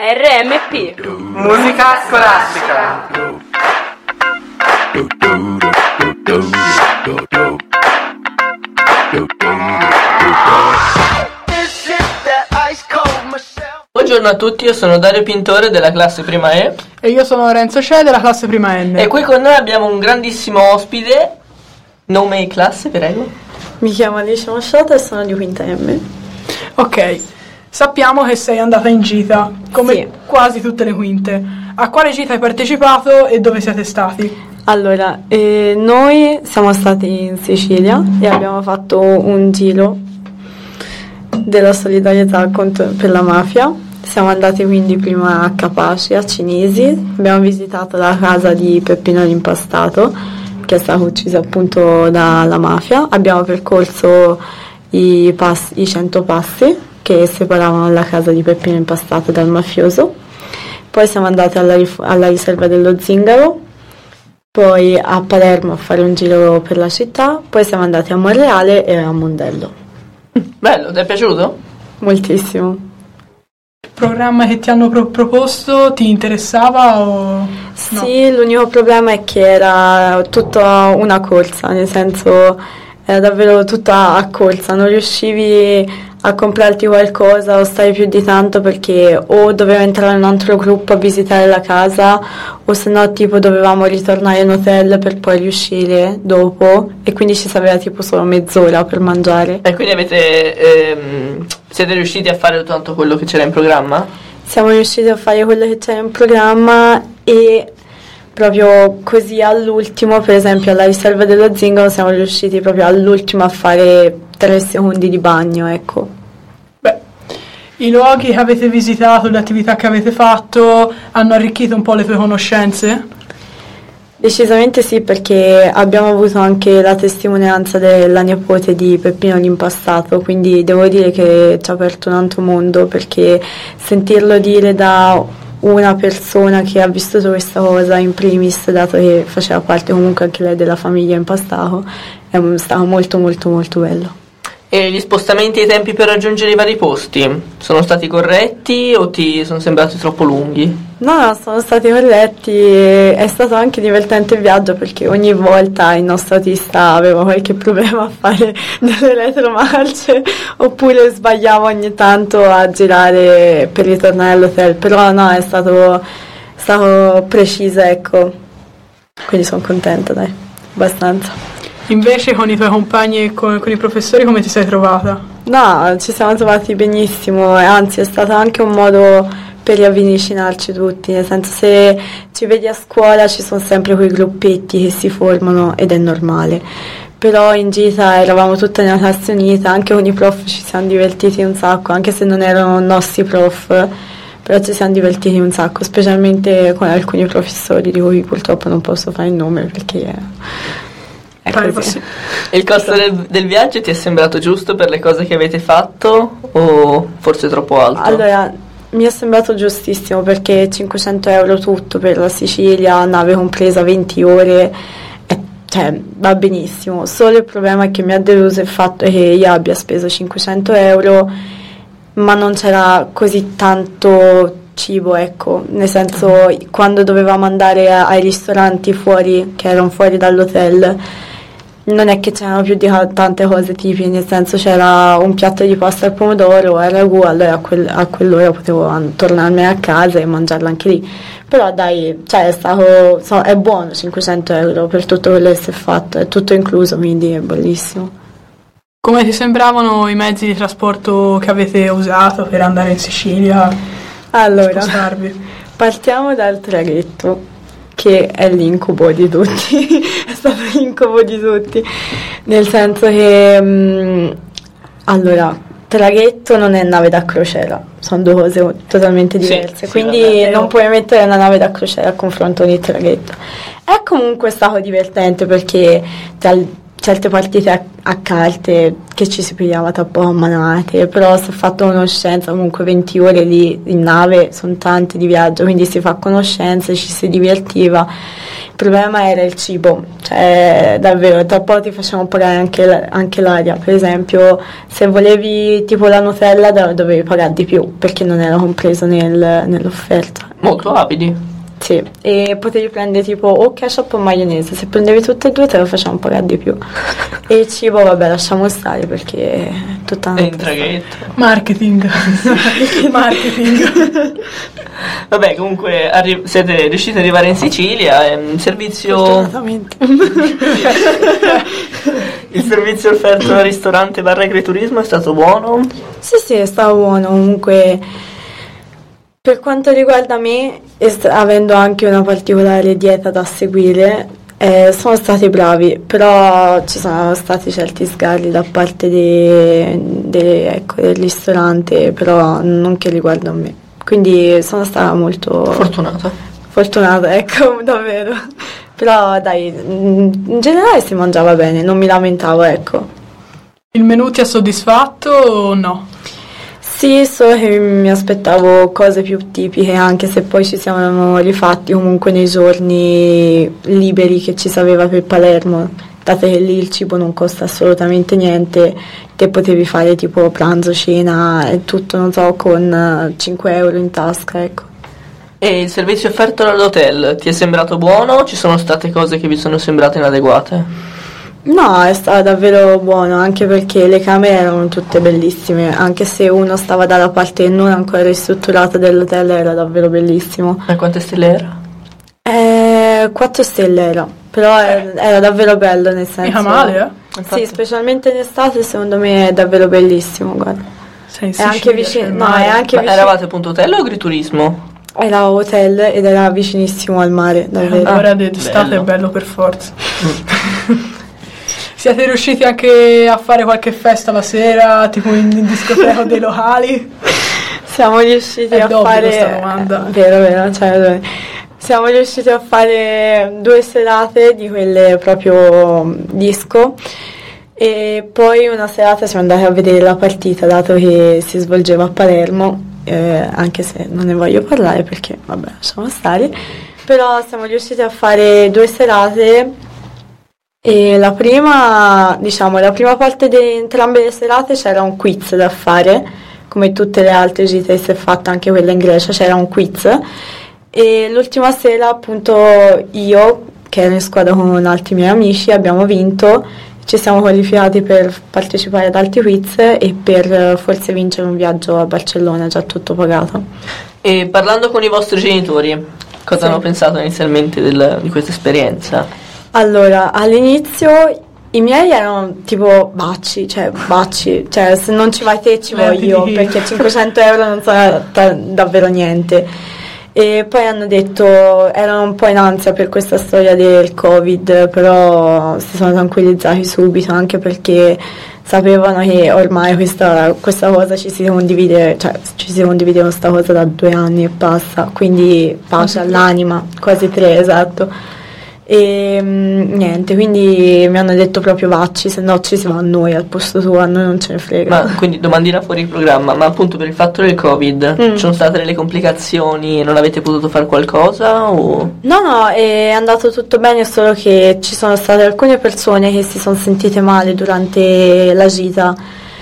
RMP Musica scolastica. Buongiorno a tutti, io sono Dario Pintore della classe prima E. E io sono Lorenzo Cè della classe prima N. E qui con noi abbiamo un grandissimo ospite. Nome e classe, prego. Mi chiamo Alicia Mosciota e sono di quinta M. Ok, sappiamo che sei andata in gita, come Sì. quasi tutte le quinte. A quale gita hai partecipato e dove siete stati? Allora, noi siamo stati in Sicilia e abbiamo fatto un giro della solidarietà per la mafia. Siamo andati quindi prima a Capaci, a Cinisi, abbiamo visitato la casa di Peppino l'Impastato, che è stato ucciso appunto dalla mafia. Abbiamo percorso i 100 passi che separavano la casa di Peppino Impastato dal mafioso. Poi siamo andati alla riserva dello Zingaro, poi a Palermo a fare un giro per la città, poi siamo andati a Monreale e a Mondello. Bello, ti è piaciuto? Moltissimo. Il programma che ti hanno proposto ti interessava o... Sì, l'unico problema è che era tutta una corsa, nel senso era davvero tutta a corsa, non riuscivi a comprarti qualcosa o stare più di tanto perché o dovevo entrare in un altro gruppo a visitare la casa o se no tipo dovevamo ritornare in hotel per poi riuscire dopo e quindi ci sapeva tipo solo mezz'ora per mangiare. E quindi siete riusciti a fare tanto quello che c'era in programma? Siamo riusciti a fare quello che c'era in programma e proprio così all'ultimo, per esempio alla riserva dello Zingaro siamo riusciti proprio all'ultimo a fare 3 secondi di bagno, ecco. Beh, i luoghi che avete visitato, le attività che avete fatto hanno arricchito un po' le tue conoscenze? Decisamente sì, perché abbiamo avuto anche la testimonianza della nipote di Peppino l'Impastato, quindi devo dire che ci ha aperto un altro mondo, perché sentirlo dire da una persona che ha vissuto questa cosa in primis, dato che faceva parte comunque anche lei della famiglia Impastato, è stato molto molto molto bello. E gli spostamenti e i tempi per raggiungere i vari posti sono stati corretti o ti sono sembrati troppo lunghi? No, sono stati corretti e è stato anche divertente il viaggio perché ogni volta il nostro autista aveva qualche problema a fare delle retromarce oppure sbagliava ogni tanto a girare per ritornare all'hotel, però no, è stato preciso, ecco, quindi sono contenta, dai, abbastanza. Invece con i tuoi compagni e con i professori come ti sei trovata? No, ci siamo trovati benissimo, e anzi è stato anche un modo per riavvicinarci tutti, nel senso se ci vedi a scuola ci sono sempre quei gruppetti che si formano ed è normale, però in gita eravamo tutte nella classe unita, anche con i prof ci siamo divertiti un sacco, anche se non erano nostri prof, però ci siamo divertiti un sacco, specialmente con alcuni professori di cui purtroppo non posso fare il nome perché... così. Il costo del viaggio ti è sembrato giusto per le cose che avete fatto o forse troppo alto? Allora, mi è sembrato giustissimo perché 500 euro tutto per la Sicilia, nave compresa, 20 ore, cioè va benissimo. Solo il problema è che mi ha deluso il fatto che io abbia speso 500 euro ma non c'era così tanto cibo, ecco, nel senso quando dovevamo andare ai ristoranti fuori, che erano fuori dall'hotel, non è che c'erano più di tante cose tipiche, nel senso c'era un piatto di pasta al pomodoro e al ragù, allora a quell'ora potevo tornarmene a casa e mangiarla anche lì, però dai, cioè è buono 500 euro per tutto quello che si è fatto, è tutto incluso, quindi è bellissimo. Come ti sembravano i mezzi di trasporto che avete usato per andare in Sicilia? Allora, spostarvi? Partiamo dal traghetto, che è l'incubo di tutti, è stato l'incubo di tutti, nel senso che, allora, traghetto non è nave da crociera, sono due cose totalmente diverse, sì, quindi non puoi mettere una nave da crociera a confronto di traghetto. È comunque stato divertente perché certe partite a carte che ci si pigliava troppo a manate, però si è fatto conoscenza, comunque 20 ore lì in nave sono tante di viaggio, quindi si fa conoscenza, ci si divertiva. Il problema era il cibo, cioè davvero tra poco ti facevano pagare anche l'aria. Per esempio, se volevi tipo la Nutella dovevi pagare di più perché non era compreso nell'offerta. Molto avidi. Sì, e potevi prendere tipo o ketchup o maionese, se prendevi tutte e due te lo facevano pagare di più. E il cibo vabbè lasciamo stare perché è tutta È in traghetto. Marketing. Marketing. Vabbè, comunque siete riusciti ad arrivare in Sicilia, è un servizio... Fortunatamente. Il servizio offerto al ristorante barra agriturismo è stato buono? Sì, è stato buono comunque. Per quanto riguarda me, avendo anche una particolare dieta da seguire, sono stati bravi, però ci sono stati certi sgarri da parte del ristorante, però non che riguarda me. Quindi sono stata molto fortunata, ecco, davvero. Però dai, in generale si mangiava bene, non mi lamentavo, ecco. Il menù ti ha soddisfatto o no? Sì, so che mi aspettavo cose più tipiche, anche se poi ci siamo rifatti comunque nei giorni liberi che ci sapeva per Palermo, dato che lì il cibo non costa assolutamente niente, te potevi fare tipo pranzo, cena e tutto, non so, con 5 euro in tasca, ecco. E il servizio offerto dall'hotel ti è sembrato buono? Ci sono state cose che vi sono sembrate inadeguate? No, è stato davvero buono, anche perché le camere erano tutte bellissime, anche se uno stava dalla parte non ancora ristrutturata dell'hotel, era davvero bellissimo. E quante stelle era? 4 stelle era, però era davvero bello, nel senso... Mica male, Sì, specialmente in estate secondo me è davvero bellissimo, guarda. Sei in È anche Sicilia, vicino, c'è il no, mare. è anche Ma vicino... eravate appunto hotel o agriturismo? Era hotel ed era vicinissimo al mare, davvero. Ora d'estate bello. è bello per forza. Siete riusciti anche a fare qualche festa la sera, tipo in discoteca dei locali? Siamo riusciti a d'obbligo fare... sta domanda. Vero, c'hai ragione. Siamo riusciti a fare 2 serate di quelle proprio disco e poi una serata siamo andati a vedere la partita, dato che si svolgeva a Palermo, anche se non ne voglio parlare perché vabbè, lasciamo stare, però siamo riusciti a fare 2 serate. E la prima parte di entrambe le serate c'era un quiz da fare, come tutte le altre gite si è fatta anche quella in Grecia, c'era un quiz e l'ultima sera appunto io, che ero in squadra con altri miei amici, abbiamo vinto, ci siamo qualificati per partecipare ad altri quiz e per forse vincere un viaggio a Barcellona, già tutto pagato. E parlando con i vostri genitori, cosa Sì. hanno pensato inizialmente di questa esperienza? Allora, all'inizio i miei erano tipo bacci, cioè se non ci vai te ci voglio io, perché 500 euro non sono davvero niente. E poi hanno detto, erano un po' in ansia per questa storia del Covid, però si sono tranquillizzati subito, anche perché sapevano che ormai questa cosa ci si condivide questa cosa da 2 anni e passa, quindi pace all'anima, quasi 3, esatto. E niente, quindi mi hanno detto proprio vacci, se no ci si va a noi al posto tuo, a noi non ce ne frega. Ma quindi domandina fuori programma, ma appunto per il fatto del Covid ci sono state delle complicazioni e non avete potuto fare qualcosa o... No, è andato tutto bene, solo che ci sono state alcune persone che si sono sentite male durante la gita.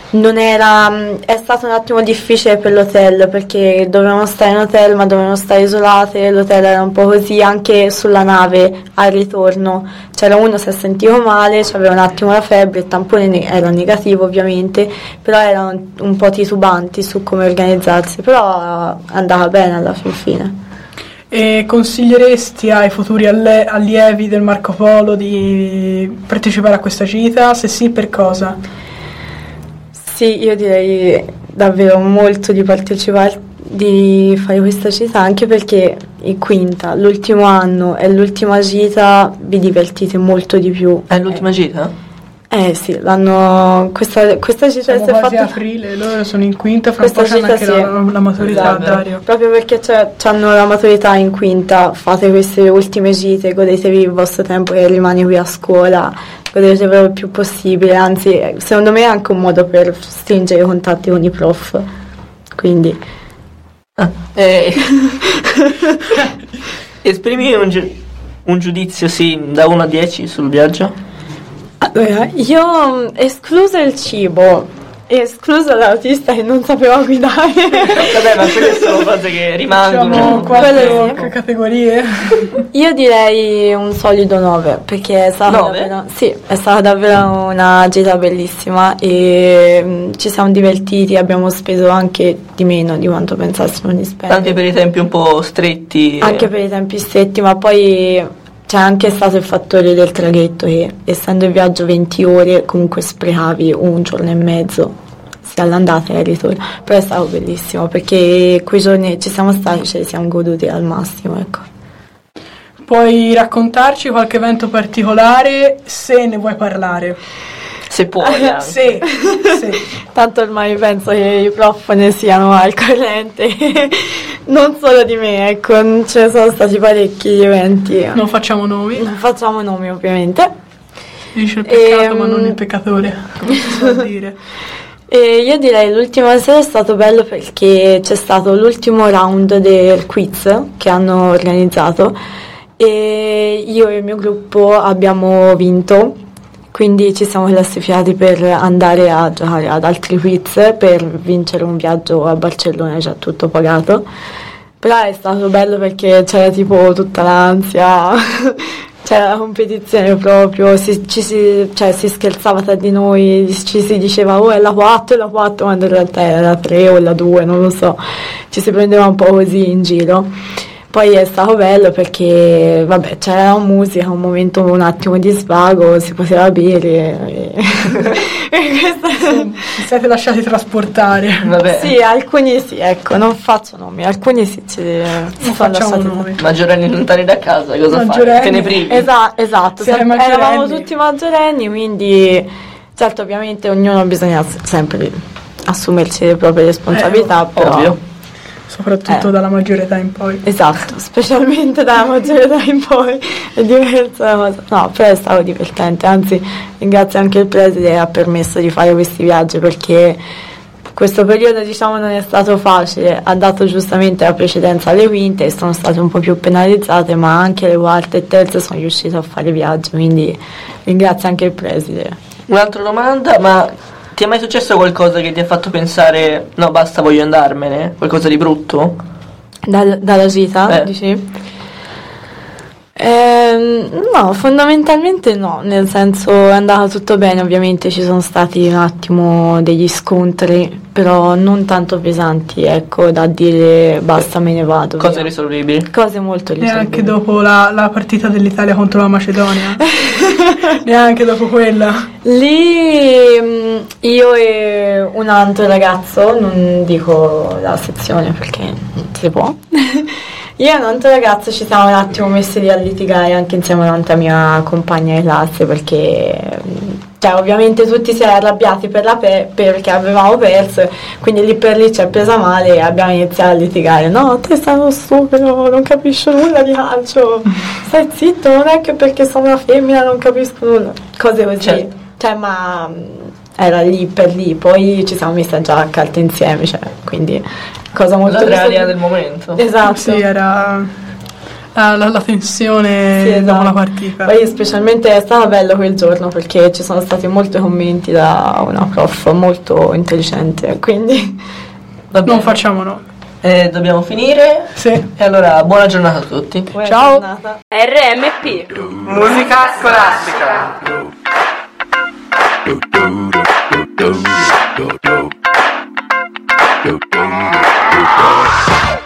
È stato un attimo difficile per l'hotel perché dovevano stare in hotel ma dovevano stare isolate, l'hotel era un po' così, anche sulla nave al ritorno c'era uno si è sentito male, aveva un attimo la febbre, il tampone era negativo ovviamente, però erano un po' titubanti su come organizzarsi, però andava bene alla fine. E consiglieresti ai futuri allievi del Marco Polo di partecipare a questa gita? Se sì, per cosa? Sì, io direi davvero molto di partecipare, di fare questa gita, anche perché in quinta, l'ultimo anno e l'ultima gita vi divertite molto di più. È l'ultima gita? Sì, questa gita Siamo si è quasi fatta... aprile, loro sono in quinta, fra un Questa po' c'hanno gita anche sì. la maturità, Esatto. Dario. Proprio perché hanno la maturità in quinta, fate queste ultime gite, godetevi il vostro tempo che rimane qui a scuola, potete proprio il più possibile, anzi secondo me è anche un modo per stringere contatti con i prof, quindi esprimi un giudizio, sì, da 1 a 10 sul viaggio. allora, io escluso il cibo, escluso l'autista che non sapeva guidare. Vabbè, ma quelle sono cose che rimangono. Facciamo Quello 4 categorie. Io direi un solido 9, perché è stata 9? davvero, sì, è stata davvero una gita bellissima e ci siamo divertiti, abbiamo speso anche di meno di quanto pensassimo di spendere. Anche per i tempi un po' stretti. Anche per i tempi stretti, ma poi c'è anche stato il fattore del traghetto che, essendo il viaggio 20 ore, comunque sprecavi un giorno e mezzo sia all'andata e al ritorno, però è stato bellissimo perché quei giorni ci siamo stati, ce li siamo goduti al massimo, ecco. Puoi raccontarci qualche evento particolare se ne vuoi parlare? Se puoi anche. Sì. Tanto ormai penso che i prof ne siano al corrente, non solo di me, ecco, ce ne sono stati parecchi eventi. Non facciamo nomi. Non facciamo nomi ovviamente. Dice il peccato ma non il peccatore, come si suol dire. E io direi l'ultima sera è stato bello perché c'è stato l'ultimo round del quiz che hanno organizzato e io e il mio gruppo abbiamo vinto, quindi ci siamo classificati per andare a giocare ad altri quiz per vincere un viaggio a Barcellona già tutto pagato. Però è stato bello perché c'era tipo tutta l'ansia, c'era la competizione proprio, si scherzava tra di noi, ci si diceva oh è la 4, quando in realtà era la 3 o la 2, non lo so, ci si prendeva un po' così in giro. Poi è stato bello perché vabbè c'era musica, un momento un attimo di svago, si poteva bere Vi siete lasciati trasportare. Vabbè. Sì, alcuni sì, ecco, non faccio nomi, alcuni sì, si sono Facciamo lasciati. nomi. Maggiorenni lontani da casa, cosa fai? Maggiorenni. Te ne privi? Esatto, Siete eravamo maggiorenni. tutti maggiorenni, quindi certo ovviamente ognuno bisogna sempre assumersi le proprie responsabilità, però Ovvio. Soprattutto dalla maggiore età in poi. esatto, specialmente dalla maggiore età in poi è diversa la cosa. No, però è stato divertente, anzi ringrazio anche il preside che ha permesso di fare questi viaggi perché questo periodo diciamo non è stato facile, ha dato giustamente la precedenza alle quinte e sono state un po' più penalizzate, ma anche le quarte e terze sono riuscite a fare viaggi, quindi ringrazio anche il preside. Un'altra domanda, ma ti è mai successo qualcosa che ti ha fatto pensare no basta voglio andarmene? Qualcosa di brutto? Dalla gita, dici? No, fondamentalmente no, nel senso è andato tutto bene, ovviamente ci sono stati un attimo degli scontri, però non tanto pesanti, ecco, da dire basta me ne vado. Cose via. risolvibili? Cose molto risolvibili. Neanche dopo la partita dell'Italia contro la Macedonia? Neanche dopo quella? Lì io e un altro ragazzo, non dico la sezione perché non si può, io e un altro ragazzo ci siamo un attimo messi lì a litigare anche insieme a un'altra mia compagna di classe perché cioè ovviamente tutti si erano arrabbiati perché avevamo perso, quindi lì per lì ci è presa male e abbiamo iniziato a litigare. No, te sei uno stupido, non capisci nulla di calcio, stai zitto, non è che perché sono una femmina non capisco nulla, cose così. Cioè ma era lì per lì, poi ci siamo messi a giocare insieme, cioè quindi cosa molto L'adrenalina del momento. esatto. Sì, era la tensione Sì, esatto. dopo la partita. Poi specialmente è stato bello quel giorno perché ci sono stati molti commenti da una prof molto intelligente, quindi Non facciamo no. Dobbiamo finire. Sì. E allora buona giornata a tutti. buona Ciao. giornata. RMP Musica scolastica. do do do do do do do do do do.